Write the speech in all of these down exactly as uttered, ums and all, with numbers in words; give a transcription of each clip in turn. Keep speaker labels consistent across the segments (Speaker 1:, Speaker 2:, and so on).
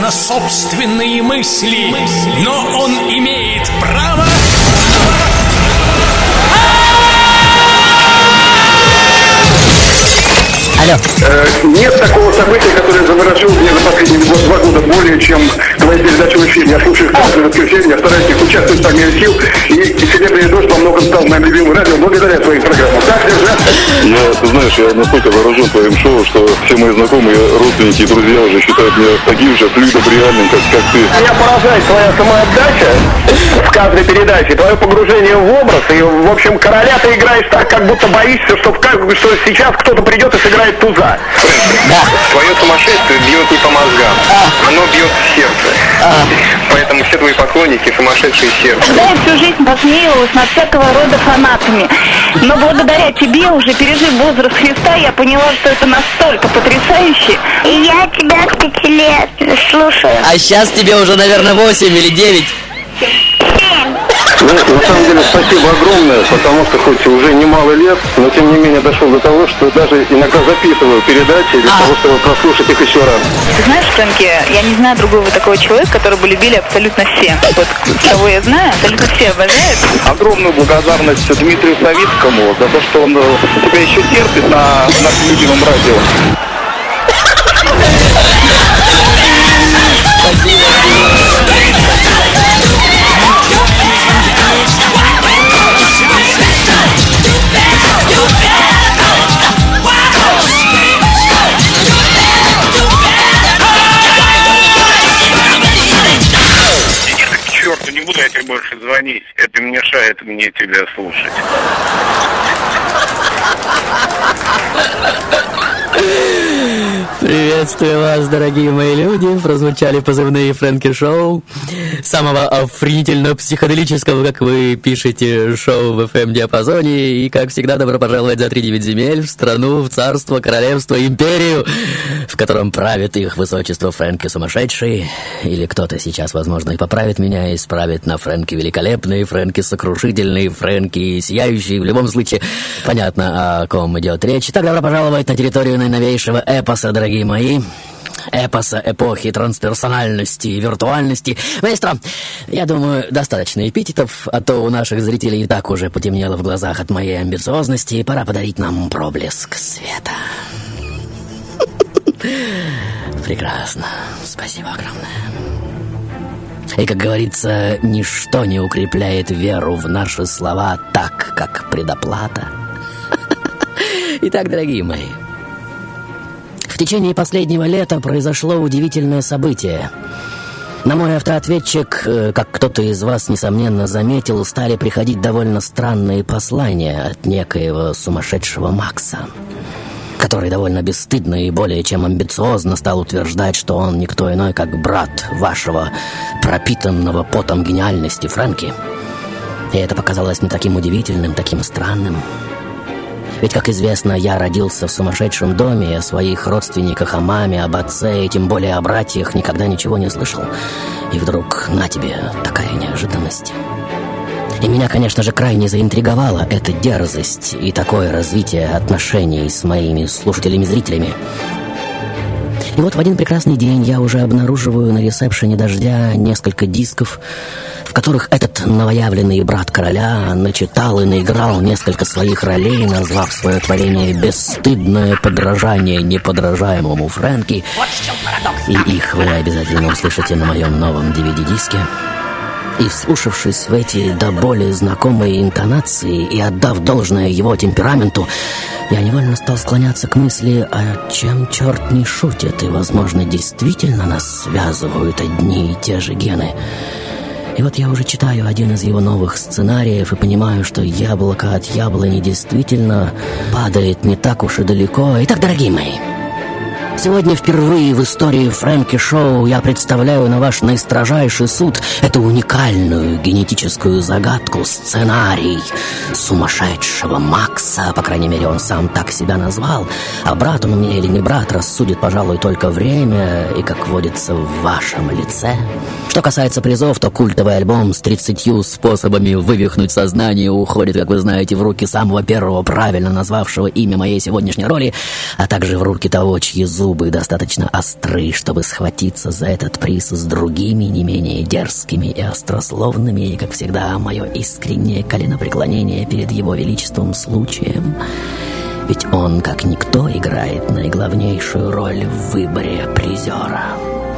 Speaker 1: на собственные мысли, но он имеет право...
Speaker 2: Алло.
Speaker 3: Э, нет такого события, которое заворожил меня за последние два года более, чем твои передачи в эфире. Я слушаю их каждое воскресенье, я стараюсь их участвовать по мере сил, и «Серебряный дождь» во многом стал моим любимым радио благодаря твоим программам. Так, держать?
Speaker 4: Я, ты знаешь, я настолько заражен твоим шоу, что все мои знакомые, родственники и друзья уже считают меня таким же флюидом реальным, как, как ты.
Speaker 3: Меня поражает твоя самоотдача в каждой передаче, твое погружение в образ, и, в общем, короля ты играешь так, как будто боишься, что, в, что сейчас кто-то придет и сыграет туза.
Speaker 2: Да.
Speaker 3: Твое сумасшествие бьет не по мозгам,
Speaker 2: а.
Speaker 3: оно бьет в сердце.
Speaker 2: А.
Speaker 3: Поэтому все твои поклонники сумасшедшие сердце.
Speaker 5: Да, я всю жизнь посмеивалась над всякого рода фанатами. Но благодаря тебе, уже пережив возраст Христа, я поняла, что это настолько потрясающе.
Speaker 6: И я тебя с пяти лет слушаю.
Speaker 2: А сейчас тебе уже, наверное, восемь или девять.
Speaker 3: Ну, на самом деле, спасибо огромное, потому что хоть уже немало лет, но тем не менее дошел до того, что даже иногда записываю передачи для а. того, чтобы прослушать их еще раз.
Speaker 5: Ты знаешь, Фрэнки, я не знаю другого такого человека, который бы любили абсолютно все. Вот кого я знаю, абсолютно все обожают.
Speaker 3: Огромную благодарность Дмитрию Савицкому за то, что он тебя еще терпит на нашем любимом радио.
Speaker 7: Не буду я тебе больше звонить. Это мешает мне тебя слушать.
Speaker 2: Приветствую вас, дорогие мои люди. Прозвучали позывные Фрэнки Шоу, самого охренительно-психоделического, как вы пишете, шоу в эф эм-диапазоне. И, как всегда, добро пожаловать за три девять земель в страну, в царство, королевство, империю, в котором правит их высочество Фрэнки Сумасшедший. Или кто-то сейчас, возможно, и поправит меня, и исправит на Фрэнки Великолепный, Фрэнки Сокрушительный, Фрэнки Сияющий. В любом случае, понятно, о ком идет речь. Итак, добро пожаловать на территорию наиновейшего эпоса, дорогие мои. Эпоса эпохи трансперсональности и виртуальности. Маэстро, я думаю, достаточно эпитетов, а то у наших зрителей и так уже потемнело в глазах от моей амбициозности, и пора подарить нам проблеск света. Прекрасно. Спасибо огромное. И, как говорится, ничто не укрепляет веру в наши слова так, как предоплата. Итак, дорогие мои, в течение последнего лета произошло удивительное событие. На мой автоответчик, как кто-то из вас, несомненно, заметил, стали приходить довольно странные послания от некоего сумасшедшего Макса, который довольно бесстыдно и более чем амбициозно стал утверждать, что он никто иной, как брат вашего пропитанного потом гениальности Фрэнки. И это показалось мне таким удивительным, таким странным. Ведь, как известно, я родился в сумасшедшем доме, и о своих родственниках, о маме, об отце, и тем более о братьях никогда ничего не слышал. И вдруг, на тебе, такая неожиданность. И меня, конечно же, крайне заинтриговала эта дерзость и такое развитие отношений с моими слушателями-зрителями. И вот в один прекрасный день я уже обнаруживаю на ресепшене «Дождя» несколько дисков, в которых этот новоявленный брат короля начитал и наиграл несколько своих ролей, назвав свое творение «Бесстыдное подражание неподражаемому Фрэнки». И их вы обязательно услышите на моем новом ди ви ди-диске. И, вслушавшись в эти до боли знакомые интонации и отдав должное его темпераменту, я невольно стал склоняться к мысли, а чем черт не шутит, и, возможно, действительно нас связывают одни и те же гены. И вот я уже читаю один из его новых сценариев и понимаю, что яблоко от яблони действительно падает не так уж и далеко. Итак, дорогие мои, сегодня впервые в истории Фрэнки Шоу я представляю на ваш наистрожайший суд эту уникальную генетическую загадку, сценарий сумасшедшего Макса. По крайней мере, он сам так себя назвал. А брат он мне или не брат, рассудит, пожалуй, только время и, как водится, в вашем лице. Что касается призов, то культовый альбом с тридцатью способами вывихнуть сознание уходит, как вы знаете, в руки самого первого правильно назвавшего имя моей сегодняшней роли, а также в руки того, чьи зубы зубы достаточно остры, чтобы схватиться за этот приз с другими, не менее дерзкими и острословными, и, как всегда, мое искреннее коленопреклонение перед его величеством случаем. Ведь он, как никто, играет наиглавнейшую роль в выборе призера.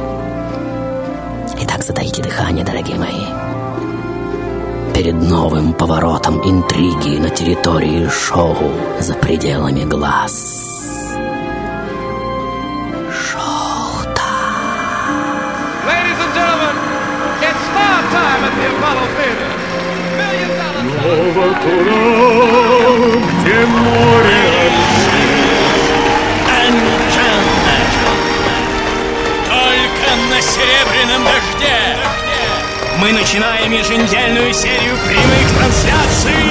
Speaker 2: Итак, затаите дыхание, дорогие мои. Перед новым поворотом интриги на территории шоу за пределами глаз.
Speaker 8: Ladies and gentlemen, it's star time at the Apollo Theater. Million dollar
Speaker 1: где море только на серебряном дожде мы начинаем еженедельную серию прямых трансляций.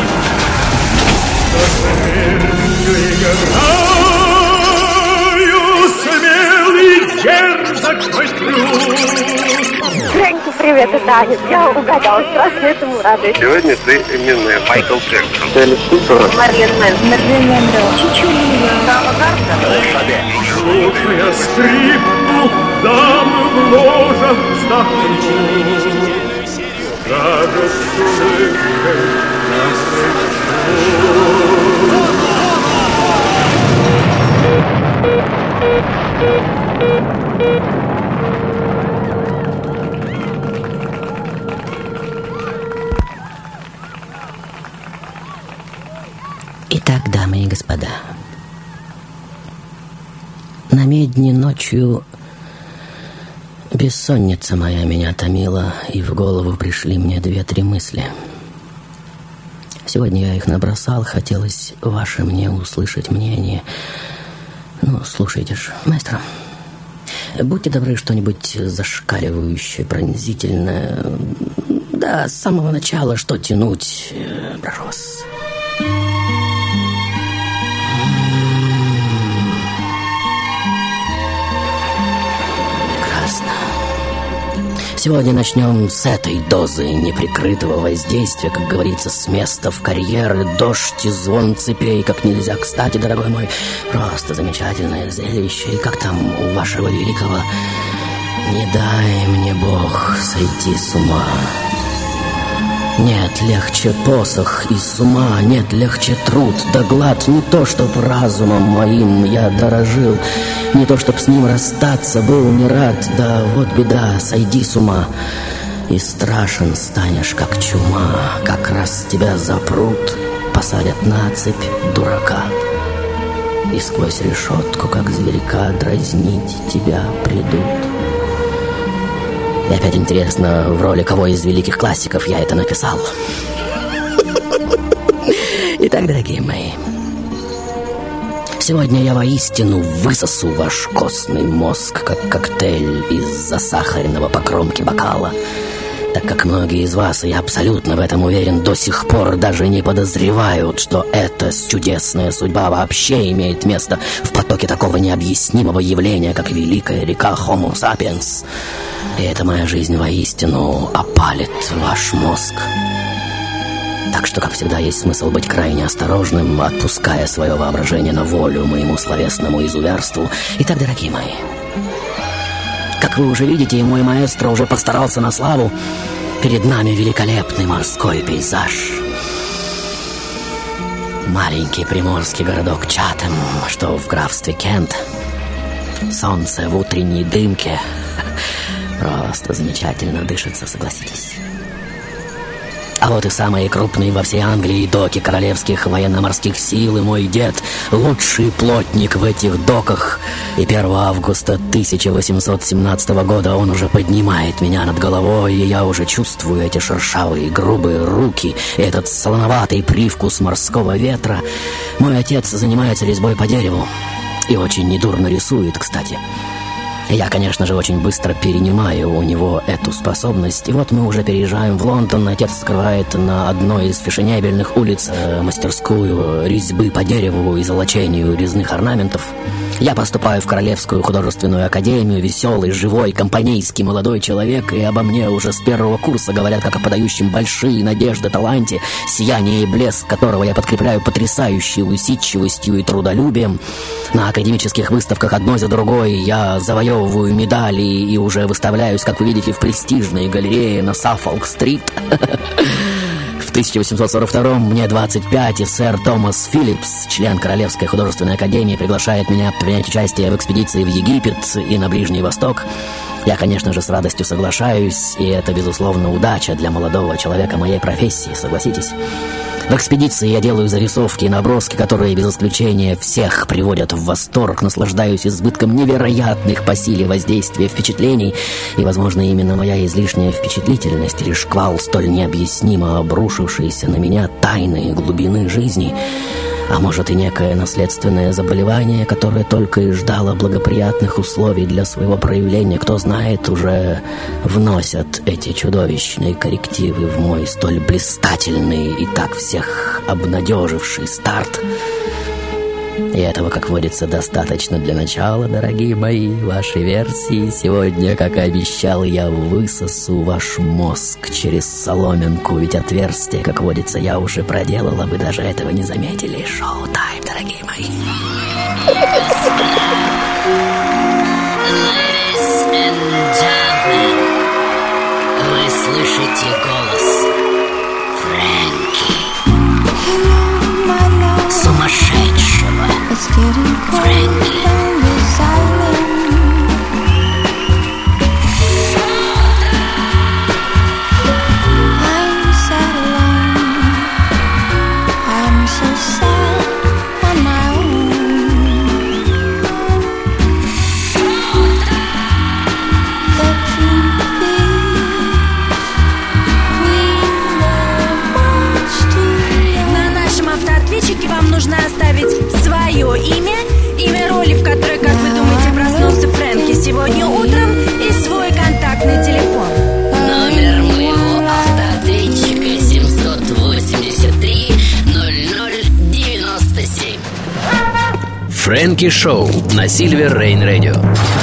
Speaker 9: Фрэнки, привет, это Аня. Я угадала, страшно этому радуюсь.
Speaker 7: Сегодня ты именно Майкл Джексон.
Speaker 3: Элис Купер.
Speaker 9: Марлен Мэнсон. Марлен Мэндо. Чичулина. Дама Гарта.
Speaker 8: Слушая скрипку, дамы в ложах вздохнут. Даже с улыбкой
Speaker 2: Итак, дамы и господа, на медне ночью бессонница моя меня томила, и в голову пришли мне две-три мысли. Сегодня я их набросал, хотелось ваше мне услышать мнение. Ну, слушайте ж, маэстро, будьте добры, что-нибудь зашкаливающее, пронзительное. Да, с самого начала, что тянуть, прошу вас. Сегодня начнем с этой дозы неприкрытого воздействия, как говорится, с места в карьеры, дождь и звон цепей, как нельзя кстати, дорогой мой. Просто замечательное зрелище. И как там у вашего великого «Не дай мне, Бог, сойти с ума». Нет легче посох и с ума, нет легче труд да глад. Не то, чтоб разумом моим я дорожил, не то, чтоб с ним расстаться был не рад. Да вот беда, сойди с ума, и страшен станешь, как чума. Как раз тебя запрут, посадят на цепь дурака, и сквозь решетку, как зверька, дразнить тебя придут. И опять интересно, в роли кого из великих классиков я это написал. Итак, дорогие мои, сегодня я воистину высосу ваш костный мозг, как коктейль из засахаренного по кромке бокала. Так как многие из вас, и я абсолютно в этом уверен, до сих пор даже не подозревают, что эта чудесная судьба вообще имеет место в потоке такого необъяснимого явления, как великая река Homo sapiens. И эта моя жизнь воистину опалит ваш мозг. Так что, как всегда, есть смысл быть крайне осторожным, отпуская свое воображение на волю моему словесному изуверству. Итак, дорогие мои, как вы уже видите, мой маэстро уже постарался на славу. Перед нами великолепный морской пейзаж. Маленький приморский городок Чатем, что в графстве Кент. Солнце в утренней дымке. Просто замечательно дышится, согласитесь. А вот и самые крупные во всей Англии доки королевских военно-морских сил, и мой дед, лучший плотник в этих доках. И первого августа тысяча восемьсот семнадцатого года он уже поднимает меня над головой, и я уже чувствую эти шершавые грубые руки, и этот солоноватый привкус морского ветра. Мой отец занимается резьбой по дереву и очень недурно рисует, кстати. Я, конечно же, очень быстро перенимаю у него эту способность. И вот мы уже переезжаем в Лондон. Отец открывает на одной из фешенебельных улиц э, мастерскую резьбы по дереву и золочению резных орнаментов. Я поступаю в Королевскую художественную академию, веселый, живой, компанейский молодой человек, и обо мне уже с первого курса говорят как о подающем большие надежды таланте, сияние и блеск которого я подкрепляю потрясающей усидчивостью и трудолюбием. На академических выставках одной за другой я завоевываю медали и уже выставляюсь, как вы видите, в престижной галерее на Саффолк-стрит. В тысяча восемьсот сорок втором мне двадцать пять, и сэр Томас Филлипс, член Королевской художественной академии, приглашает меня принять участие в экспедиции в Египет и на Ближний Восток. Я, конечно же, с радостью соглашаюсь, и это, безусловно, удача для молодого человека моей профессии, согласитесь? В экспедиции я делаю зарисовки и наброски, которые без исключения всех приводят в восторг, наслаждаюсь избытком невероятных по силе воздействия впечатлений, и, возможно, именно моя излишняя впечатлительность или шквал столь необъяснимо обрушившийся на меня тайные глубины жизни, а может и некое наследственное заболевание, которое только и ждало благоприятных условий для своего проявления, кто знает, уже вносят эти чудовищные коррективы в мой столь блистательный и так всех обнадеживший старт. И этого, как водится, достаточно для начала, дорогие мои, вашей версии. Сегодня, как и обещал, я высосу ваш мозг через соломинку, ведь отверстие, как водится, я уже проделала, вы даже этого не заметили. Шоу-тайм, дорогие мои.
Speaker 10: Ladies and gentlemen, вы слышите голос Фрэнки. Сумасшедшего Фрэнки.
Speaker 11: Свое имя, имя роли, в которой, как вы думаете, проснулся Фрэнки сегодня утром, и свой контактный телефон.
Speaker 10: Номер моего автоответчика семьсот восемьдесят три ноль ноль девяносто семь.
Speaker 1: Фрэнки Шоу на Silver Rain Radio.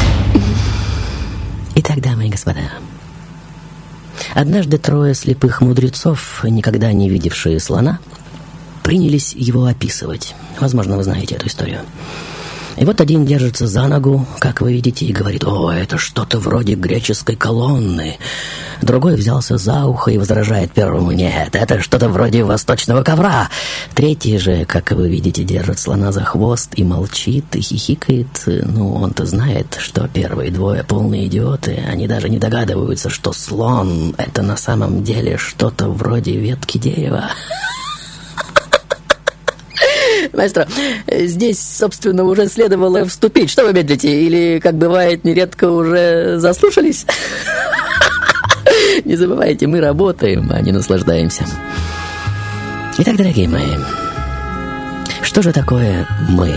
Speaker 2: Итак, дамы и господа, однажды трое слепых мудрецов, никогда не видевшие слона, принялись его описывать. Возможно, вы знаете эту историю. И вот один держится за ногу, как вы видите, и говорит: «О, это что-то вроде греческой колонны». Другой взялся за ухо и возражает первому: «Нет, это что-то вроде восточного ковра». Третий же, как вы видите, держит слона за хвост и молчит, и хихикает. Ну, он-то знает, что первые двое полные идиоты. Они даже не догадываются, что слон — это на самом деле что-то вроде ветки дерева. Маэстро, здесь, собственно, уже следовало вступить. Что вы медлите? Или, как бывает нередко, уже заслушались? Не забывайте, мы работаем, а не наслаждаемся. Итак, дорогие мои, что же такое «мы»?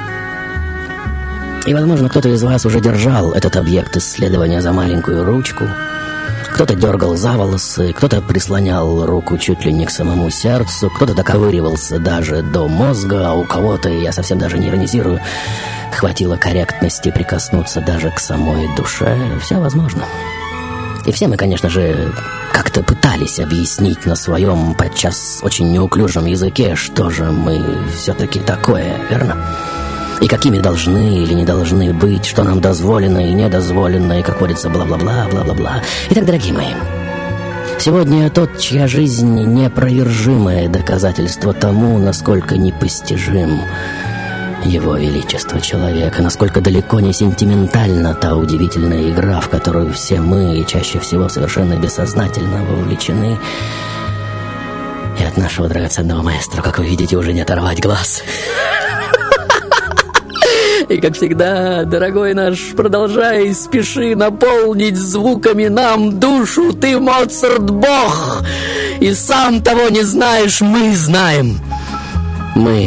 Speaker 2: И, возможно, кто-то из вас уже держал этот объект исследования за маленькую ручку. Кто-то дергал за волосы, кто-то прислонял руку чуть ли не к самому сердцу, кто-то доковыривался даже до мозга, а у кого-то, и я совсем даже не иронизирую, хватило корректности прикоснуться даже к самой душе. Все возможно. И все мы, конечно же, как-то пытались объяснить на своем, подчас очень неуклюжем языке, что же мы все-таки такое, верно? И какими должны или не должны быть, что нам дозволено и недозволено, и, как водится, бла-бла-бла, бла-бла-бла. Итак, дорогие мои, сегодня тот, чья жизнь — непровержимое доказательство тому, насколько непостижим его величество человека, насколько далеко не сентиментальна та удивительная игра, в которую все мы, и чаще всего совершенно бессознательно, вовлечены. И от нашего драгоценного маэстро, как вы видите, уже не оторвать глаз. И, как всегда, дорогой наш, продолжай, спеши наполнить звуками нам душу. Ты, Моцарт, бог, и сам того не знаешь, мы знаем. Мы.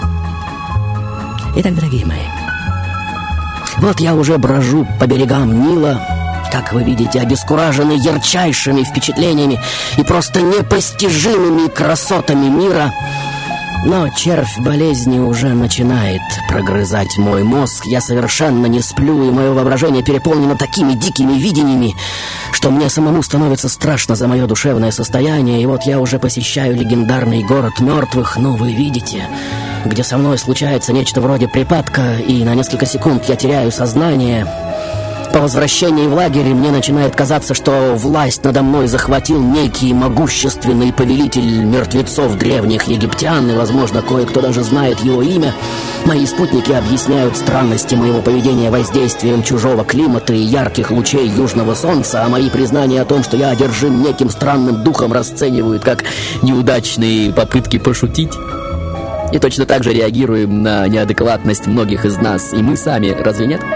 Speaker 2: Итак, дорогие мои, вот я уже брожу по берегам Нила, как вы видите, обескураженный ярчайшими впечатлениями и просто непостижимыми красотами мира. Но червь болезни уже начинает прогрызать мой мозг. Я совершенно не сплю, и мое воображение переполнено такими дикими видениями, что мне самому становится страшно за мое душевное состояние. И вот я уже посещаю легендарный город мертвых, ну вы видите, где со мной случается нечто вроде припадка, и на несколько секунд я теряю сознание. По возвращении в лагерь мне начинает казаться, что власть надо мной захватил некий могущественный повелитель мертвецов древних египтян, и, возможно, кое-кто даже знает его имя. Мои спутники объясняют странности моего поведения воздействием чужого климата и ярких лучей южного солнца, а мои признания о том, что я одержим неким странным духом, расценивают как неудачные попытки пошутить. И точно так же реагируем на неадекватность многих из нас, и мы сами, разве нет?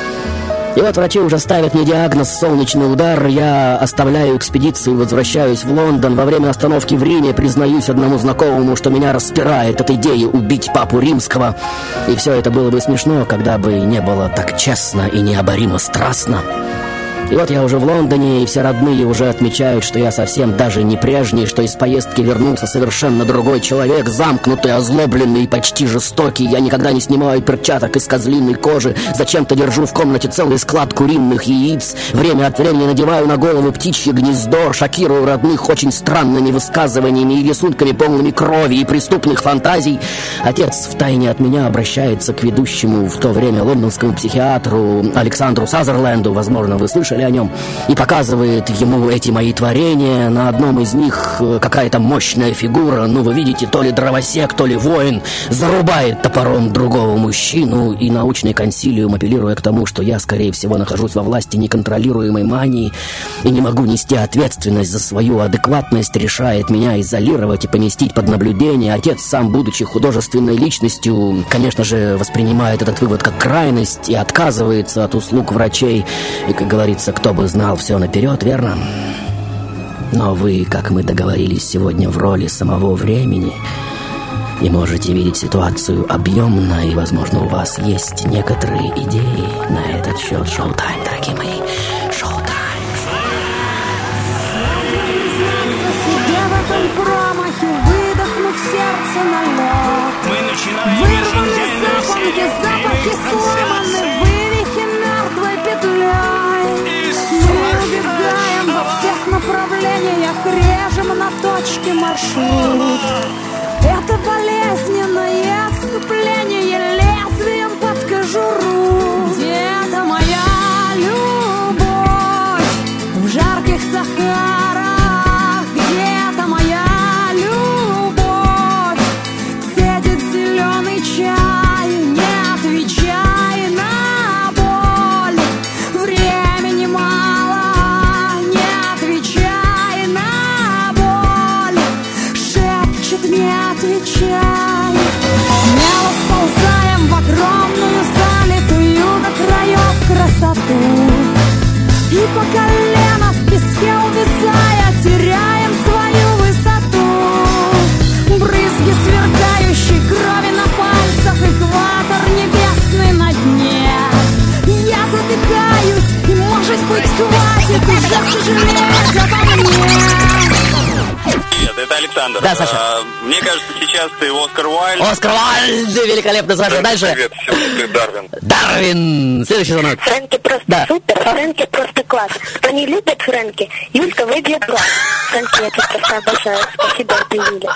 Speaker 2: И вот врачи уже ставят мне диагноз «солнечный удар». Я оставляю экспедицию и возвращаюсь в Лондон. Во время остановки в Риме признаюсь одному знакомому, что меня распирает от идеи убить папу римского. И все это было бы смешно, когда бы не было так честно и необоримо страстно. И вот я уже в Лондоне, и все родные уже отмечают, что я совсем даже не прежний, что из поездки вернулся совершенно другой человек, замкнутый, озлобленный и почти жестокий. Я никогда не снимаю перчаток из козлиной кожи, зачем-то держу в комнате целый склад куриных яиц, время от времени надеваю на голову птичье гнездо, шокирую родных очень странными высказываниями и рисунками, полными крови и преступных фантазий. Отец втайне от меня обращается к ведущему в то время лондонскому психиатру Александру Сазерленду, возможно, вы слышали о нем, и показывает ему эти мои творения. На одном из них какая-то мощная фигура, ну вы видите, то ли дровосек, то ли воин, зарубает топором другого мужчину, и научный консилиум, апеллируя к тому, что я, скорее всего, нахожусь во власти неконтролируемой мании и не могу нести ответственность за свою адекватность, решает меня изолировать и поместить под наблюдение. Отец, сам будучи художественной личностью, конечно же, воспринимает этот вывод как крайность и отказывается от услуг врачей. И, как говорится, кто бы знал все наперед, верно? Но вы, как мы договорились сегодня, в роли самого времени и можете видеть ситуацию объемно, и, возможно, у вас есть некоторые идеи на этот счет. Шоу-тайм, дорогие мои. Шоу-тайм.
Speaker 12: Мы начинаем еженедельную серию запахи сломаны, вывихи мертвой петлей. Мы убегаем во всех направлениях, режем на точке маршрут. Это болезненное отступление лезвием под кожуру. Где-то моя любовь в жарких Сахарах, где-то моя любовь цедит зеленый чай, не отвечай на боль. Времени мало, не отвечай на боль. Шепчет, не отвечай. Смело сползаем в огромную, залитую до краев красоту, и по колено в песке увязая теряем свою высоту. Брызги сверкающей крови на пальцах, экватор небесный на дне. Я задыхаюсь, и, может быть, хватит уже сожалеть обо мне.
Speaker 13: Привет, это Александр.
Speaker 2: Да, Саша.
Speaker 13: А, мне кажется, сейчас ты Оскар Уайльд.
Speaker 2: Оскар Уайльд, великолепно, Саша.
Speaker 13: Да,
Speaker 2: дальше.
Speaker 13: Привет, сегодня ты Дарвин.
Speaker 2: Дарвин. Следующий звонок.
Speaker 6: Фрэнки просто
Speaker 2: да.
Speaker 6: супер, Фрэнки просто класс. Кто не любит Фрэнки, Юлька выйдет глаз. Фрэнки, я тебя просто обожаю. Спасибо, это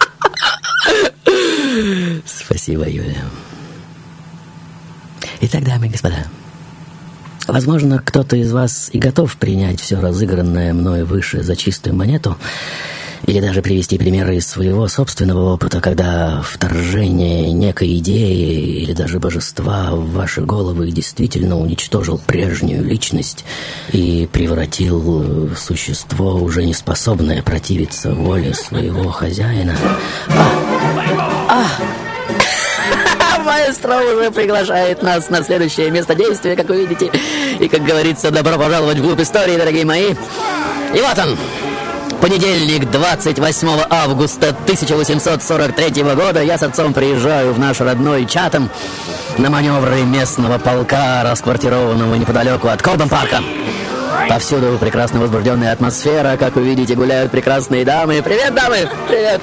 Speaker 6: Юля.
Speaker 2: Спасибо, Юля. Итак, дамы и господа, возможно, кто-то из вас и готов принять все разыгранное мной выше за чистую монету, или даже привести примеры из своего собственного опыта, когда вторжение некой идеи или даже божества в ваши головы действительно уничтожил прежнюю личность и превратил в существо, уже не способное противиться воле своего хозяина. А! А! Маэстро уже приглашает нас на следующее место действия, как вы видите. И, как говорится, добро пожаловать в глубь истории, дорогие мои. И вот он. Понедельник, двадцать восьмого августа тысяча восемьсот сорок третьего года, я с отцом приезжаю в наш родной Чатам на маневры местного полка, расквартированного неподалеку от Колден-парка. Повсюду прекрасно возбужденная атмосфера. Как вы видите, гуляют прекрасные дамы. Привет, дамы! Привет!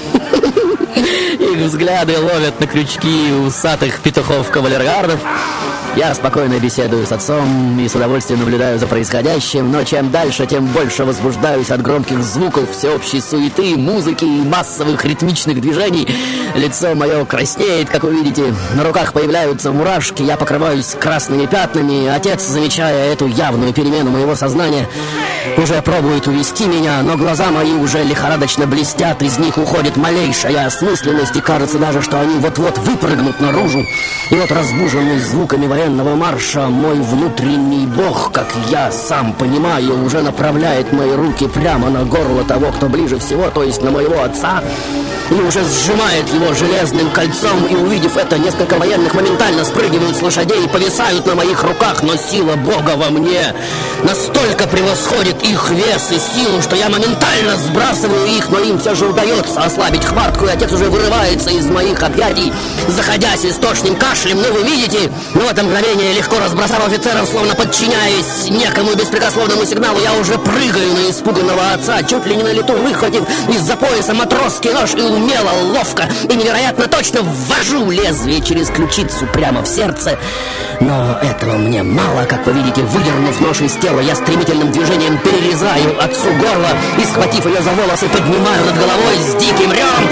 Speaker 2: Их взгляды ловят на крючки усатых петухов-кавалергардов. Я спокойно беседую с отцом и с удовольствием наблюдаю за происходящим, но чем дальше, тем больше возбуждаюсь от громких звуков, всеобщей суеты, музыки и массовых ритмичных движений. Лицо мое краснеет, как вы видите, на руках появляются мурашки, я покрываюсь красными пятнами. Отец, замечая эту явную перемену моего сознания, уже пробует увести меня, но глаза мои уже лихорадочно блестят, из них уходит малейшая осмысленность, и кажется даже, что они вот-вот выпрыгнут наружу. И вот, разбуженный звуками военного марша, мой внутренний бог, как я сам понимаю, уже направляет мои руки прямо на горло того, кто ближе всего, то есть на моего отца, и уже сжимает его железным кольцом, и, увидев это, несколько военных моментально спрыгивают с лошадей и повисают на моих руках, но сила Бога во мне настолько превосходит их вес и силу, что я моментально сбрасываю их, но им все же удается ослабить хватку, и отец уже вырывается из моих объятий, заходясь истошным кашлем. Ну, вы видите, но в это мгновение, легко разбросав офицеров, словно подчиняясь некому беспрекословному сигналу, я уже прыгаю на испуганного отца, чуть ли не на лету выхватив из-за пояса матросский нож и умело, ловко и невероятно точно ввожу лезвие через ключицу прямо в сердце. Но этого мне мало, как вы видите, выдернув нож из тела, я стремительным движением перерезаю отцу горло и, схватив ее за волосы, поднимаю над головой с диким ревом.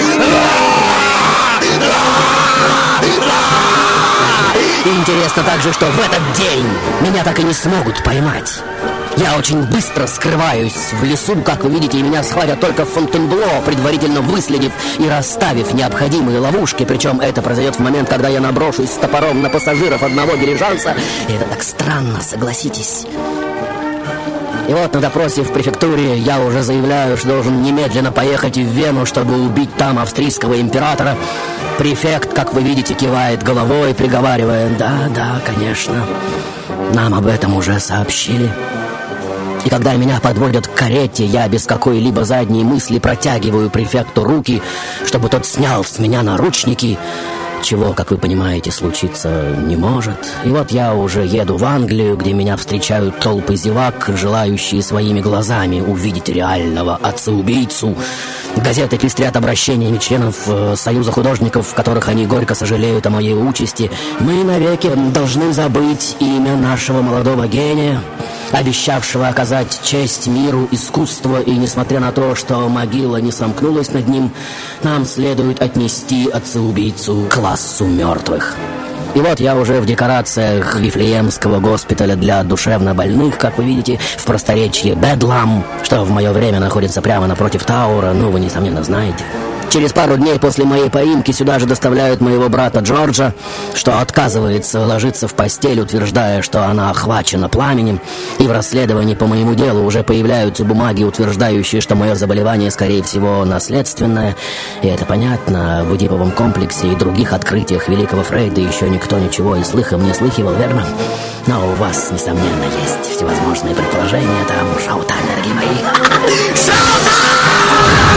Speaker 2: И интересно также, что в этот день меня так и не смогут поймать. Я очень быстро скрываюсь в лесу, как вы видите, и меня схватят только в Фонтенбло, предварительно выследив и расставив необходимые ловушки. Причем это произойдет в момент, когда я наброшусь с топором на пассажиров одного дилижанса. И это так странно, согласитесь. И вот на допросе в префектуре я уже заявляю, что должен немедленно поехать в Вену, чтобы убить там австрийского императора. Префект, как вы видите, кивает головой, приговаривая: «Да, да, конечно, нам об этом уже сообщили». И когда меня подводят к карете, я без какой-либо задней мысли протягиваю префекту руки, чтобы тот снял с меня наручники, чего, как вы понимаете, случиться не может. И вот я уже еду в Англию, где меня встречают толпы зевак, желающие своими глазами увидеть реального отца-убийцу. Газеты пестрят обращениями членов э, Союза художников, в которых они горько сожалеют о моей участи. Мы навеки должны забыть имя нашего молодого гения, обещавшего оказать честь миру, искусству, и несмотря на то, что могила не сомкнулась над ним, нам следует отнести отца-убийцу к классу мертвых. И вот я уже в декорациях Вифлеемского госпиталя для душевнобольных, как вы видите, в просторечии Бедлам, что в мое время находится прямо напротив Тауэра, ну, вы, несомненно, знаете. Через пару дней после моей поимки сюда же доставляют моего брата Джорджа, что отказывается ложиться в постель, утверждая, что она охвачена пламенем. И в расследовании по моему делу уже появляются бумаги, утверждающие, что мое заболевание, скорее всего, наследственное. И это понятно, в Эдиповом комплексе и других открытиях великого Фрейда еще никто ничего и слыхом не слыхивал, верно? Но у вас, несомненно, есть всевозможные предположения. Там шоу-тайм, дорогие мои. Шоу-тайм!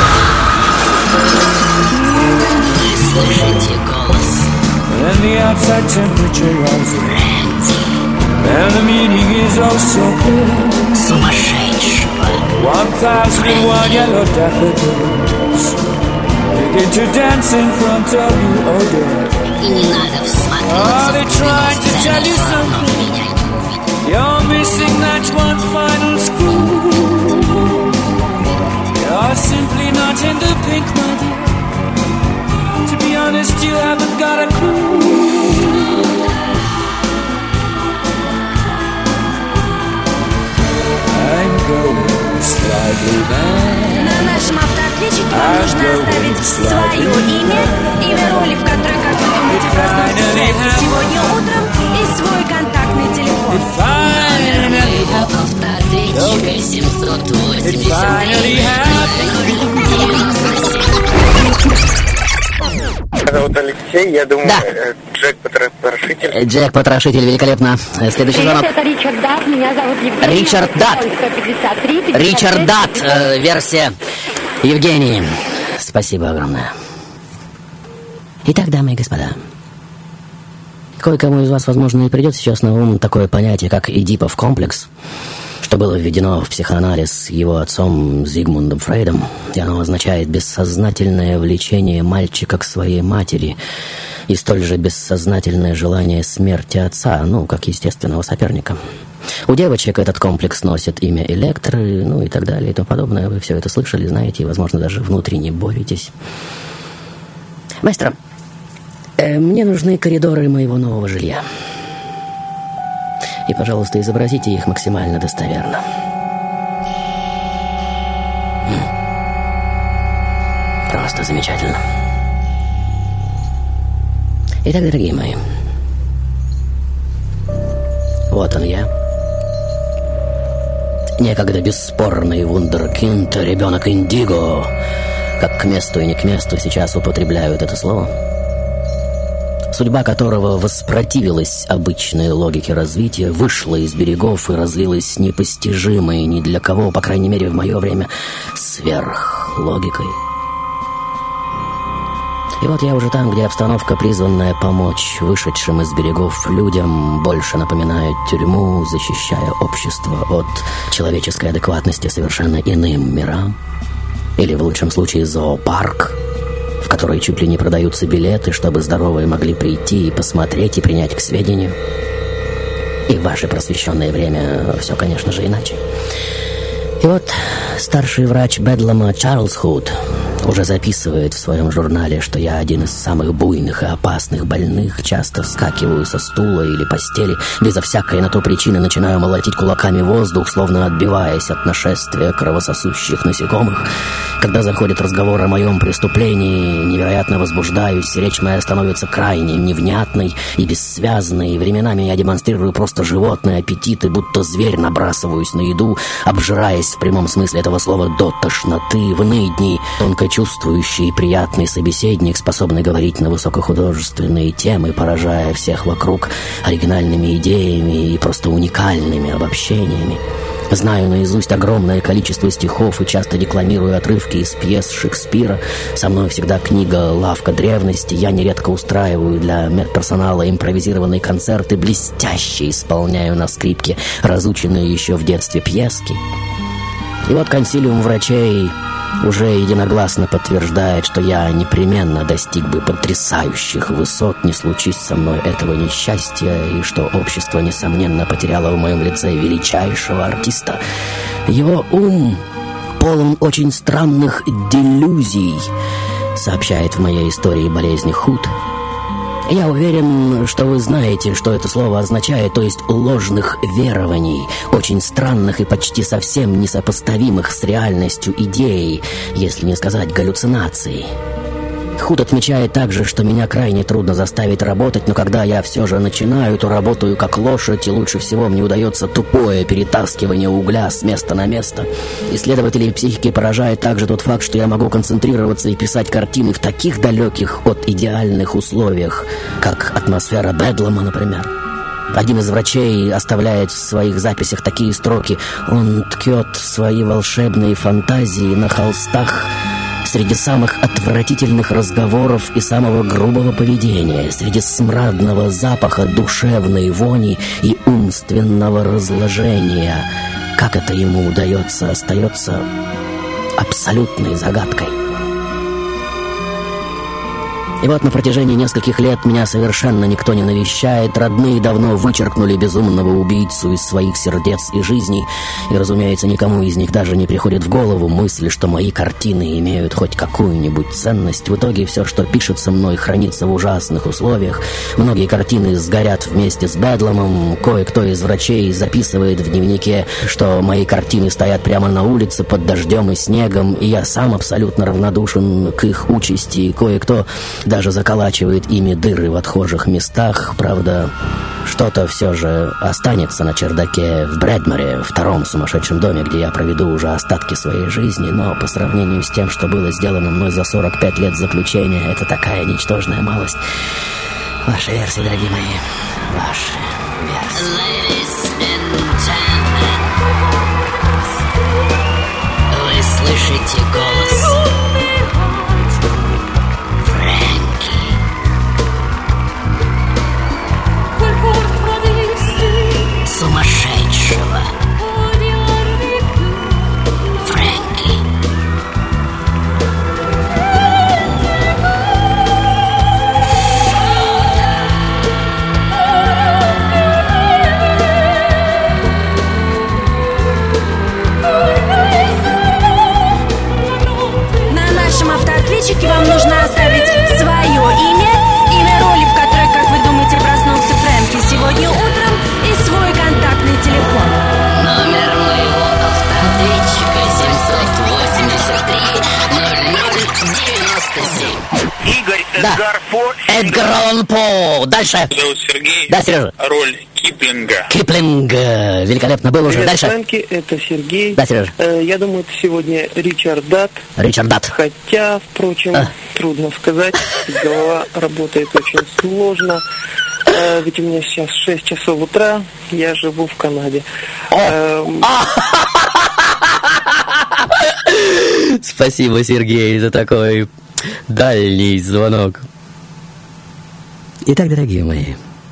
Speaker 10: Слышите голос?
Speaker 14: And the outside temperature rises, and the meaning is oh so clear.
Speaker 10: Сумасшедшего.
Speaker 14: One thousand and one yellow daffodils begin to dance in front of you, oh dear.
Speaker 10: И не надо всматриваться.
Speaker 14: Are they trying to tell you something? You're missing that one final screw. You're simply not in the pink, my dear. To be honest, you haven't got a clue. I'm going slightly mad.
Speaker 11: На нашем автоответчике вам нужно оставить свое имя, имя роли, в которой, как вы думаете, проснулся сегодня утром, и свой контактный телефон.
Speaker 10: Номер моего автоответчика семьсот восемьдесят три девяносто семь.
Speaker 15: Меня зовут Алексей, я думаю,
Speaker 2: да.
Speaker 15: Джек Потрошитель.
Speaker 2: Джек Потрошитель, великолепно. Следующий звонок.
Speaker 9: Это Ричард Дат, меня зовут Евгений.
Speaker 2: Ричард Дат. Ричард Дат, э, версия Евгении. Спасибо огромное. Итак, дамы и господа, кое-кому из вас, возможно, и придет сейчас на ум такое понятие, как Эдипов комплекс. что было введено в психоанализ его отцом Зигмундом Фрейдом, и оно означает бессознательное влечение мальчика к своей матери и столь же бессознательное желание смерти отца, ну, как естественного соперника. У девочек этот комплекс носит имя Электры, ну и так далее и тому подобное. Вы все это слышали, знаете, и, возможно, даже внутренне боретесь. Маэстро, э, мне нужны коридоры моего нового жилья. И, пожалуйста, изобразите их максимально достоверно. Просто замечательно. Итак, дорогие мои, вот он я. Некогда бесспорный вундеркинд, ребенок Индиго, как к месту и не к месту сейчас употребляют это слово, судьба которого воспротивилась обычной логике развития, вышла из берегов и разлилась непостижимой ни для кого, по крайней мере в мое время, сверхлогикой. И вот я уже там, где обстановка, призванная помочь вышедшим из берегов людям, больше напоминает тюрьму, защищая общество от человеческой адекватности совершенно иным мирам. Или, в лучшем случае, зоопарк, в который чуть ли не продаются билеты, чтобы здоровые могли прийти и посмотреть, и принять к сведению. И в ваше просвещенное время все, конечно же, иначе. И вот старший врач Бедлама Чарльз Худ уже записывает в своем журнале, что я один из самых буйных и опасных больных, часто вскакиваю со стула или постели, безо всякой на то причины начинаю молотить кулаками воздух, словно отбиваясь от нашествия кровососущих насекомых. Когда заходит разговор о моем преступлении, невероятно возбуждаюсь, речь моя становится крайне невнятной и бессвязной, и временами я демонстрирую просто животные аппетиты, будто зверь набрасываюсь на еду, обжираясь в прямом смысле этого слова до тошноты. В иные дни тонко чувствующий и приятный собеседник, способный говорить на высокохудожественные темы, поражая всех вокруг оригинальными идеями и просто уникальными обобщениями. Знаю наизусть огромное количество стихов и часто декламирую отрывки из пьес Шекспира. Со мной всегда книга «Лавка древности». Я нередко устраиваю для медперсонала импровизированные концерты, блестяще исполняю на скрипке разученные еще в детстве пьески. И вот консилиум врачей уже единогласно подтверждает, что я непременно достиг бы потрясающих высот, не случись со мной этого несчастья, и что общество, несомненно, потеряло в моем лице величайшего артиста. Его ум полон очень странных делюзий, сообщает в моей истории болезни Худ. Я уверен, что вы знаете, что это слово означает, то есть ложных верований, очень странных и почти совсем несопоставимых с реальностью идей, если не сказать галлюцинаций. Худ отмечает также, что меня крайне трудно заставить работать, но когда я все же начинаю, то работаю как лошадь, и лучше всего мне удается тупое перетаскивание угля с места на место. Исследователей психики поражает также тот факт, что я могу концентрироваться и писать картины в таких далеких от идеальных условиях, как атмосфера Бедлама, например. Один из врачей оставляет в своих записях такие строки: «Он ткет свои волшебные фантазии на холстах среди самых отвратительных разговоров и самого грубого поведения, среди смрадного запаха, душевной вони и умственного разложения. Как это ему удается, остается абсолютной загадкой». И вот на протяжении нескольких лет меня совершенно никто не навещает. Родные давно вычеркнули безумного убийцу из своих сердец и жизней. И, разумеется, никому из них даже не приходит в голову мысль, что мои картины имеют хоть какую-нибудь ценность. В итоге все, что пишется мной, хранится в ужасных условиях. Многие картины сгорят вместе с Бедламом. Кое-кто из врачей записывает в дневнике, что мои картины стоят прямо на улице под дождем и снегом, и я сам абсолютно равнодушен к их участи. И кое-кто даже заколачивает ими дыры в отхожих местах. Правда, что-то все же останется на чердаке в Брэдморе, втором сумасшедшем доме, где я проведу уже остатки своей жизни. Но по сравнению с тем, что было сделано мной за сорок пять лет заключения, это такая ничтожная малость. Ваши версии, дорогие мои, ваши версии.
Speaker 10: Вы слышите голос сумасшедшего
Speaker 11: оставить свое имя, имя роли, в которой, как вы думаете, проснулся Фрэнки сегодня утром, и свой контактный телефон.
Speaker 10: Номер моего автоответчика семьсот восемьдесят три ноль ноль девяносто семь.
Speaker 13: Игорь,
Speaker 2: Да.
Speaker 13: Эдгар По.
Speaker 2: Эдгар Аллан По. Дальше.
Speaker 13: Зовут Сергей.
Speaker 2: Да, Сережа.
Speaker 13: Роль Киплинга.
Speaker 2: Киплинг. э, Великолепно был уже.
Speaker 16: Привет,
Speaker 2: Дальше.
Speaker 16: Фрэнки, это Сергей.
Speaker 2: Да, Сережа.
Speaker 16: Э, я думаю, это сегодня Ричард Дат.
Speaker 2: Ричард Дат.
Speaker 16: Хотя, впрочем,
Speaker 2: А.
Speaker 16: трудно сказать. Голова работает очень сложно. Э, ведь у меня сейчас шесть часов утра. Я живу в Канаде. Эм,
Speaker 2: Спасибо, Сергей, за такой дальний звонок. Итак, дорогие мои,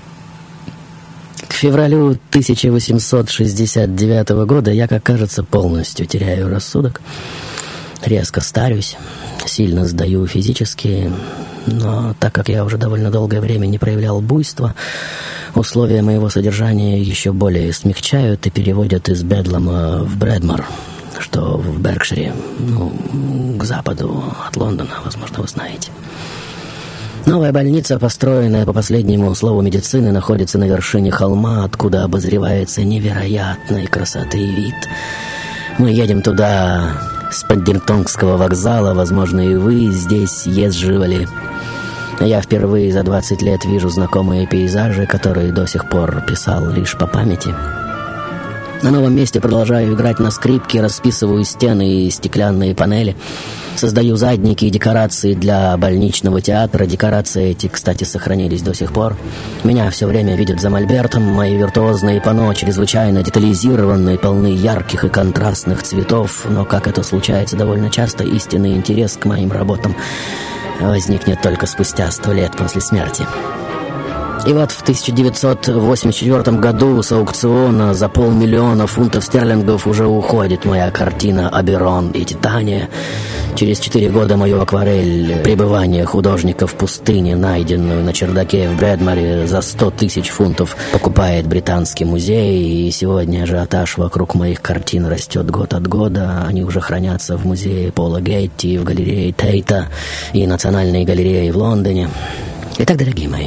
Speaker 2: к февралю тысяча восемьсот шестьдесят девятого года я, как кажется, полностью теряю рассудок, резко старюсь, сильно сдаю физически, но так как я уже довольно долгое время не проявлял буйства, условия моего содержания еще более смягчают и переводят из Бедлама в Брэдмор, что в Беркшире, ну, к западу от Лондона, возможно, вы знаете. Новая больница, построенная по последнему слову медицины, находится на вершине холма, откуда обозревается невероятной красоты вид. Мы едем туда с Паддингтонского вокзала, возможно, и вы здесь съезживали. Я впервые за двадцать лет вижу знакомые пейзажи, которые до сих пор писал лишь по памяти. На новом месте продолжаю играть на скрипке, расписываю стены и стеклянные панели, создаю задники и декорации для больничного театра. Декорации эти, кстати, сохранились до сих пор. Меня все время видят за мольбертом. Мои виртуозные панно чрезвычайно детализированные, полны ярких и контрастных цветов. Но, как это случается довольно часто, истинный интерес к моим работам возникнет только спустя сто лет после смерти. И вот в тысяча девятьсот восемьдесят четвёртом году с аукциона за полмиллиона фунтов стерлингов уже уходит моя картина «Оберон и Титания». Через четыре года мою акварель «Пребывание художника в пустыне», найденную на чердаке в Брэдморе за сто тысяч фунтов, покупает Британский музей. И сегодня ажиотаж вокруг моих картин растет год от года. Они уже хранятся в музее Пола Гетти, в галерее Тейта и Национальной галерее в Лондоне. Итак, дорогие мои,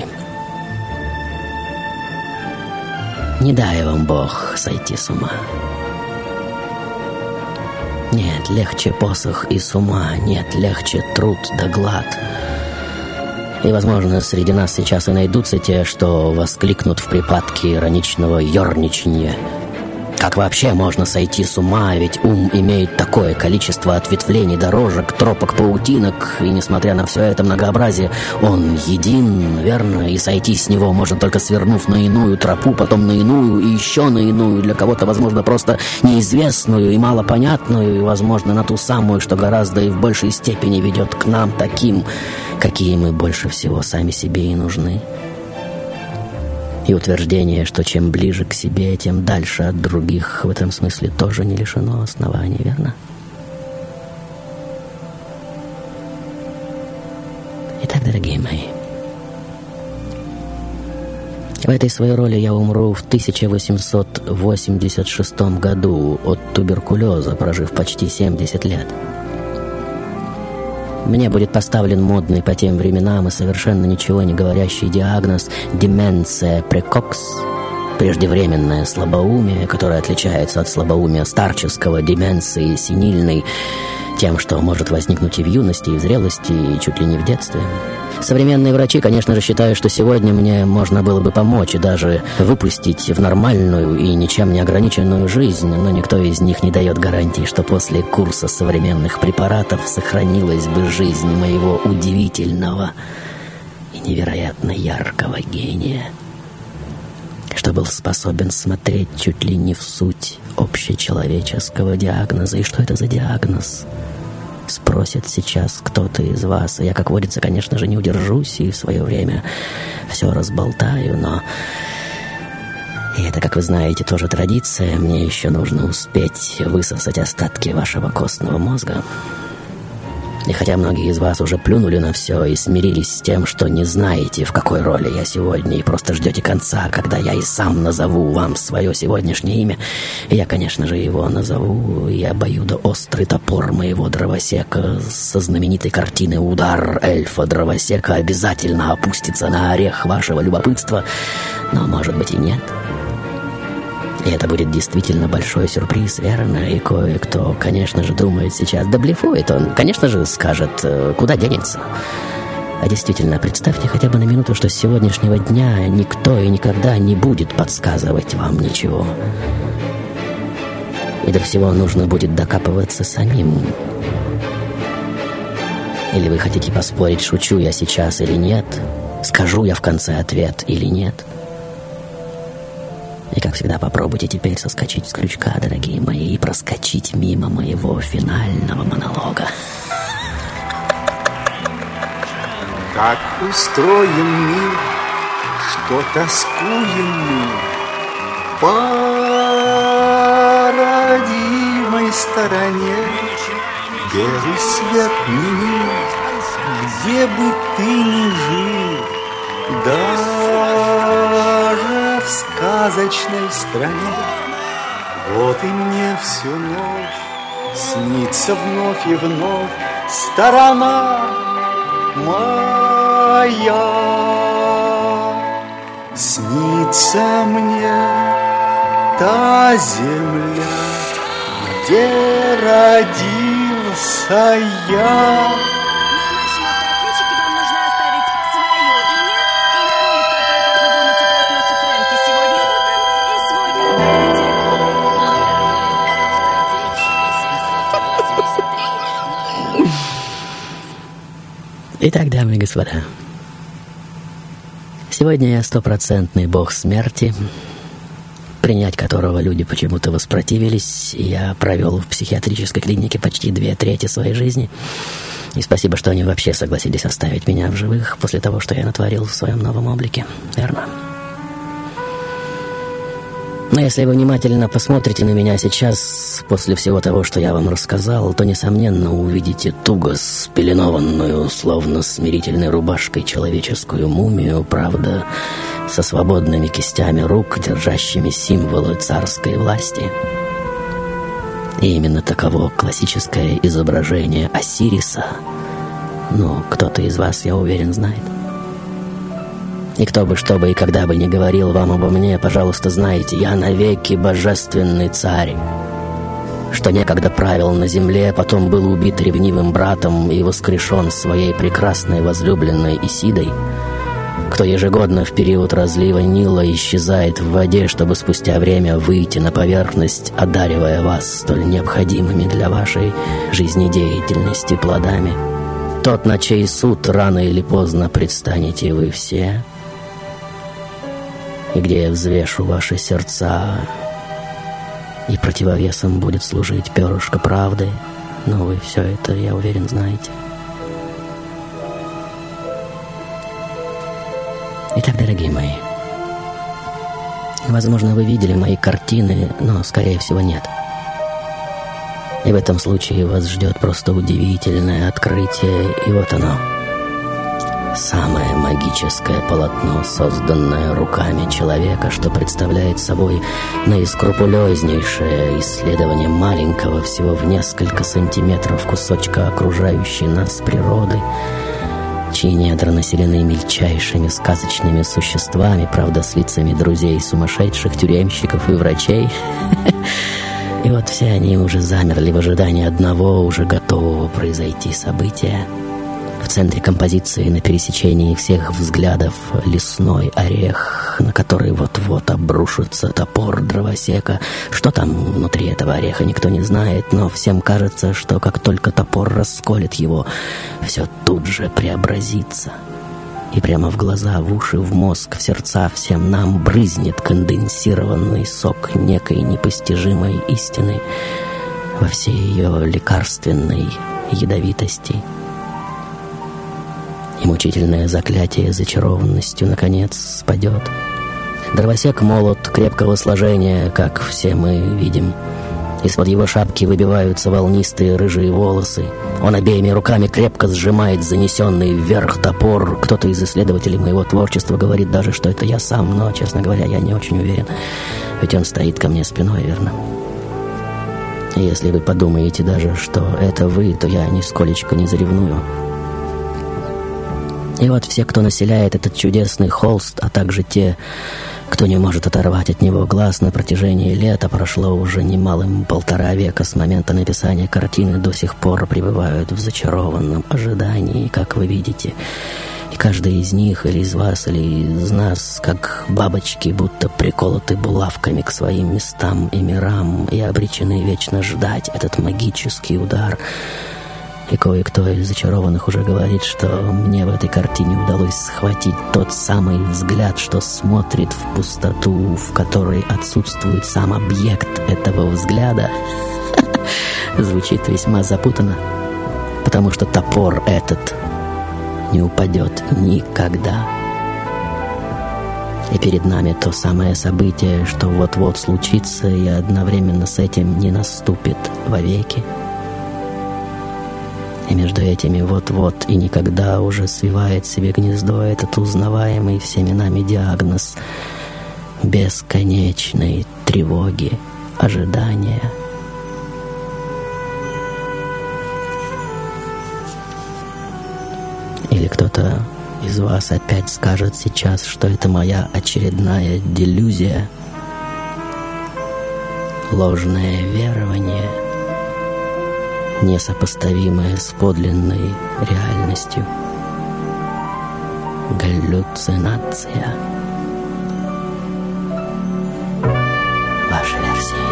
Speaker 2: не дай вам Бог сойти с ума. Нет, легче посох и с ума, нет, легче труд да глад. И, возможно, среди нас сейчас и найдутся те, что воскликнут в припадке ироничного ерничанья. Как вообще можно сойти с ума, ведь ум имеет такое количество ответвлений, дорожек, тропок, паутинок, и, несмотря на все это многообразие, он един, верно, и сойти с него можно только свернув на иную тропу, потом на иную и еще на иную, для кого-то, возможно, просто неизвестную и малопонятную, и, возможно, на ту самую, что гораздо и в большей степени ведет к нам таким, какие мы больше всего сами себе и нужны. И утверждение, что чем ближе к себе, тем дальше от других, в этом смысле тоже не лишено оснований, верно? Итак, дорогие мои, в этой своей роли я умру в тысяча восемьсот восемьдесят шестом году от туберкулеза, прожив почти семьдесят лет. Мне будет поставлен модный по тем временам и совершенно ничего не говорящий диагноз «деменция прекокс», преждевременное слабоумие, которое отличается от слабоумия старческого, деменции сенильной, тем, что может возникнуть и в юности, и в зрелости, и чуть ли не в детстве. Современные врачи, конечно же, считают, что сегодня мне можно было бы помочь и даже выпустить в нормальную и ничем не ограниченную жизнь, но никто из них не дает гарантии, что после курса современных препаратов сохранилась бы жизнь моего удивительного и невероятно яркого гения, что был способен смотреть чуть ли не в суть общечеловеческого диагноза. И что это за диагноз? Спросит сейчас кто-то из вас. Я, как водится, конечно же, не удержусь и в свое время все разболтаю, но... И это, как вы знаете, тоже традиция. Мне еще нужно успеть высосать остатки вашего костного мозга. И хотя многие из вас уже плюнули на все и смирились с тем, что не знаете, в какой роли я сегодня, и просто ждете конца, когда я и сам назову вам свое сегодняшнее имя, я, конечно же, его назову, и обоюдоострый топор моего дровосека со знаменитой картины «Удар эльфа-дровосека» обязательно опустится на орех вашего любопытства, но, может быть, и нет. И это будет действительно большой сюрприз, верно? И кое-кто, конечно же, думает сейчас, да блефует он, конечно же, скажет, куда денется. А действительно, представьте хотя бы на минуту, что с сегодняшнего дня никто и никогда не будет подсказывать вам ничего. И до всего нужно будет докапываться самим. Или вы хотите поспорить, шучу я сейчас или нет? Скажу я в конце ответ или нет? И, как всегда, попробуйте теперь соскочить с крючка, дорогие мои, и проскочить мимо моего финального монолога.
Speaker 17: Как устроен мир, что тоскуем мы по родимой стороне. Белый свет не мир, где бы ты ни жил, даже в сказочной стране. Вот и мне всю ночь снится вновь и вновь сторона моя. Снится мне та земля, где родился я.
Speaker 2: Итак, дамы и господа, сегодня я стопроцентный бог смерти, принять которого люди почему-то воспротивились, и я провел в психиатрической клинике почти две трети своей жизни. И спасибо, что они вообще согласились оставить меня в живых после того, что я натворил в своем новом облике, верно? Но если вы внимательно посмотрите на меня сейчас, после всего того, что я вам рассказал, то, несомненно, увидите туго спеленованную, словно смирительной рубашкой, человеческую мумию, правда, со свободными кистями рук, держащими символы царской власти. И именно таково классическое изображение Осириса. Ну, кто-то из вас, я уверен, знает. И кто бы, что бы и когда бы ни говорил вам обо мне, пожалуйста, знайте, я навеки божественный царь, что некогда правил на земле, потом был убит ревнивым братом и воскрешен своей прекрасной возлюбленной Исидой, кто ежегодно в период разлива Нила исчезает в воде, чтобы спустя время выйти на поверхность, одаривая вас столь необходимыми для вашей жизнедеятельности плодами. Тот, на чей суд рано или поздно предстанете вы все, и где я взвешу ваши сердца, и противовесом будет служить перышко правды. Но вы все это, я уверен, знаете. Итак, дорогие мои, возможно, вы видели мои картины, но, скорее всего, нет. И в этом случае вас ждет просто удивительное открытие, и вот оно. Самое магическое полотно, созданное руками человека, что представляет собой наискрупулезнейшее исследование маленького, всего в несколько сантиметров кусочка окружающей нас природы, чьи недра населены мельчайшими сказочными существами, правда, с лицами друзей сумасшедших, тюремщиков и врачей. И вот все они уже замерли в ожидании одного уже готового произойти события. В центре композиции, на пересечении всех взглядов, лесной орех, на который вот-вот обрушится топор дровосека. Что там внутри этого ореха, никто не знает, но всем кажется, что как только топор расколет его, все тут же преобразится. И прямо в глаза, в уши, в мозг, в сердца всем нам брызнет конденсированный сок некой непостижимой истины во всей ее лекарственной ядовитости. И мучительное заклятие зачарованностью, наконец, спадет. Дровосек молод крепкого сложения, как все мы видим, Из-под его шапки выбиваются волнистые рыжие волосы. Он обеими руками крепко сжимает занесенный вверх топор. Кто-то из исследователей моего творчества говорит даже, что это я сам, но, честно говоря, я не очень уверен. Ведь он стоит ко мне спиной, верно? И если вы подумаете даже, что это вы, то я нисколечко не заревную. И вот все, кто населяет этот чудесный холст, а также те, кто не может оторвать от него глаз на протяжении лета, прошло уже немалым полтора века с момента написания картины, до сих пор пребывают в зачарованном ожидании, как вы видите. И каждый из них, или из вас, или из нас, как бабочки, будто приколоты булавками к своим местам и мирам, и обречены вечно ждать этот магический удар. И кое-кто из зачарованных уже говорит, что мне в этой картине удалось схватить тот самый взгляд, что смотрит в пустоту, в которой отсутствует сам объект этого взгляда. Звучит весьма запутанно, потому что топор этот не упадет никогда. И перед нами то самое событие, что вот-вот случится, и одновременно с этим не наступит вовеки. И между этими вот-вот и никогда уже свивает себе гнездо этот узнаваемый всеми нами диагноз бесконечной тревоги, ожидания. Или кто-то из вас опять скажет сейчас, что это моя очередная делюзия, ложное верование, несопоставимое с подлинной реальностью, галлюцинация. Ваша версия.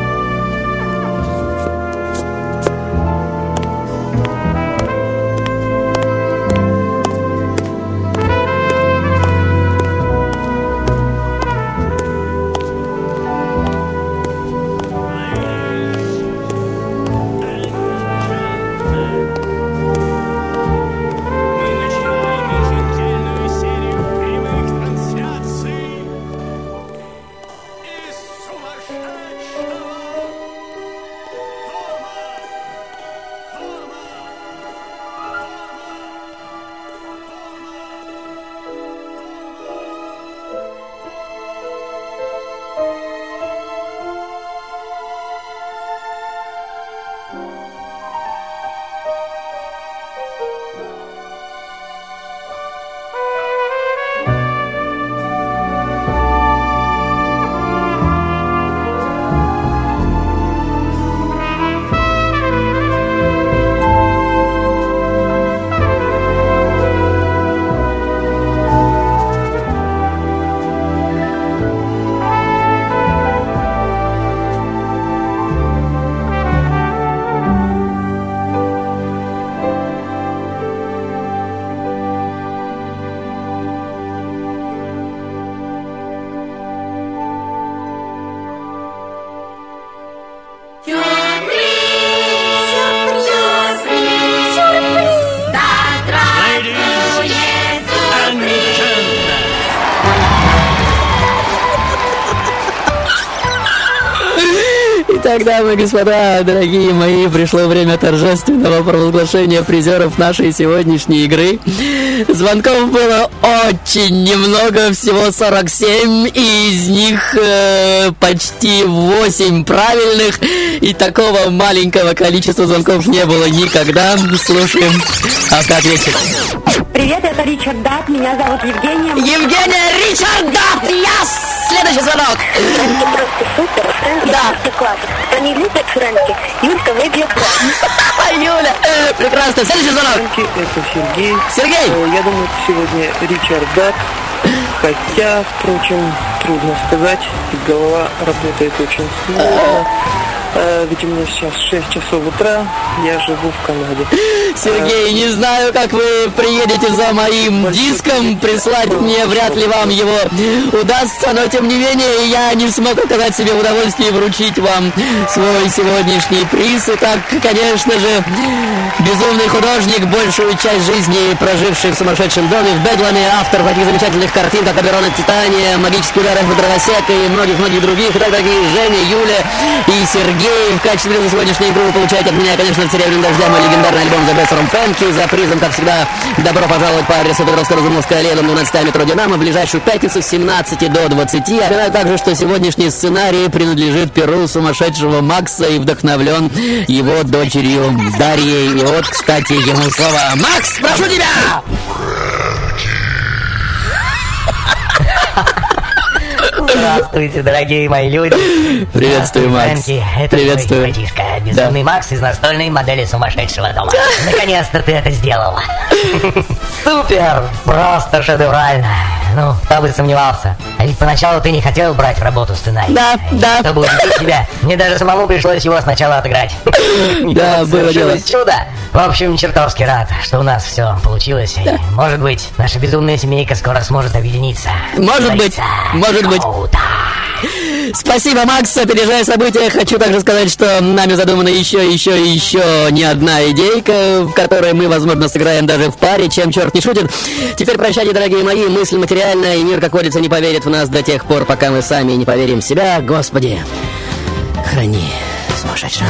Speaker 2: Итак, дамы и господа, дорогие мои, пришло время торжественного провозглашения призеров нашей сегодняшней игры. Звонков было очень немного, всего сорок семь, и из них э, почти восемь правильных, и такого маленького количества звонков не было никогда. Слушаем автоответчик.
Speaker 6: Привет, это Ричард Дат, меня зовут Евгения.
Speaker 2: Евгения Ричард Дат, я следующий звонок.
Speaker 6: Фрэнки просто супер, Фрэнки
Speaker 2: да.
Speaker 6: просто класс. Кто не любит Фрэнки, Юлька выбьет класс.
Speaker 2: Юля, э, прекрасно, следующий звонок.
Speaker 16: Фрэнки, это Сергей.
Speaker 2: Сергей!
Speaker 16: Э, я думаю, сегодня Ричард Дат. Хотя, впрочем, трудно сказать, голова работает очень сложно. Э, ведь у меня сейчас шесть часов утра, я живу в Канаде.
Speaker 2: Сергей, не знаю, как вы приедете за моим диском, прислать мне вряд ли вам его удастся, но тем не менее я не смог оказать себе удовольствие и вручить вам свой сегодняшний приз. Итак, конечно же, безумный художник, большую часть жизни проживший в сумасшедшем доме, в Бедламе, автор таких замечательных картин, как «Оберон от Титания», «Магический удар Дровосека» и многих-многих других. Итак, дорогие Женя, Юля и Сергей, в качестве приза сегодняшней игры вы получаете от меня, конечно, в «Серебряном дожде» мой легендарный альбом «The Best from Frankie». За призом, как всегда, добро пожаловать по адресу Петровско-Разумовская аллея, дом двенадцать, метро «Динамо», в ближайшую пятницу с семнадцати до двадцати. Напоминаю также, что сегодняшний сценарий принадлежит перу сумасшедшего Макса и вдохновлен его дочерью Дарьей. И вот, кстати, ему слово. Макс, прошу тебя!
Speaker 18: Здравствуйте, дорогие мои люди.
Speaker 2: Приветствую, Макс.
Speaker 18: Фрэнки, это
Speaker 2: Приветствую.
Speaker 18: мой братишка, безумный да. Макс из настольной модели сумасшедшего дома. Наконец-то ты это сделал. Супер! Просто шедеврально. Ну, кто бы сомневался. А ведь поначалу ты не хотел брать в работу сценарий.
Speaker 2: Да, да.
Speaker 18: Чтобы убедить тебя, мне даже самому пришлось его сначала отыграть.
Speaker 2: Да, было дело.
Speaker 18: Чудо. В общем, чертовски рад, что у нас все получилось. Да. Может быть, наша безумная семейка скоро сможет объединиться.
Speaker 2: Может быть, может быть. Спасибо, Макс. Опережая события, хочу также сказать, что нами задумана еще, еще и еще не одна идейка, в которой мы, возможно, сыграем даже в паре, чем черт не шутит. Теперь прощайте, дорогие мои. Мысль материальная, и мир, как водится, не поверит в нас до тех пор, пока мы сами не поверим в себя. Господи, храни сумасшедшего.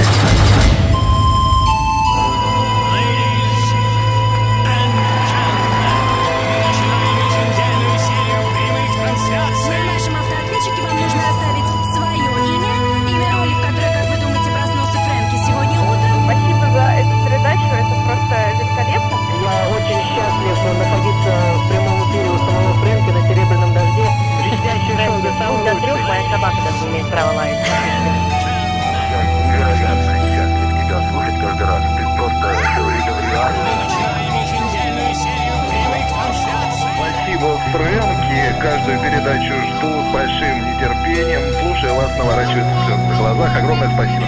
Speaker 3: Фрэнки, каждую передачу жду с большим нетерпением. Слушаю вас, наворачиваются слезы на глазах. Огромное спасибо.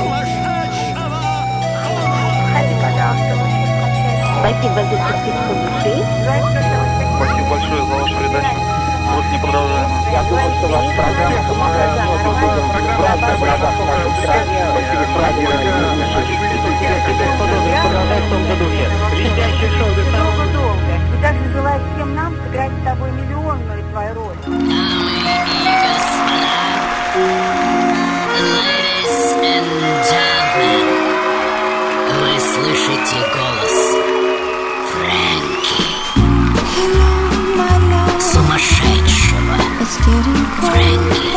Speaker 6: Спасибо за подписку души.
Speaker 4: Спасибо большое за вашу передачу. Просто непродолжаемо.
Speaker 3: Я думаю, что ваша программа помогает многим людям браться в глазах в нашей стране. Спасибо, Фрэнки. Продолжай в том же духе. Блестящее шоу.
Speaker 6: Долго-долго. И также желаю всем нам сыграть с тобой миллионную твою роль.
Speaker 10: Ladies and gentlemen, вы слышите голос Фрэнки, сумасшедшего Фрэнки.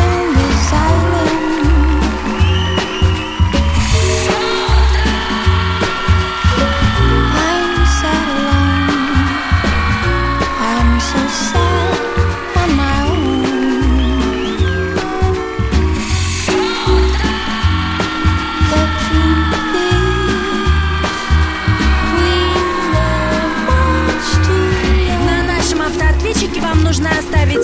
Speaker 11: Вам нужно оставить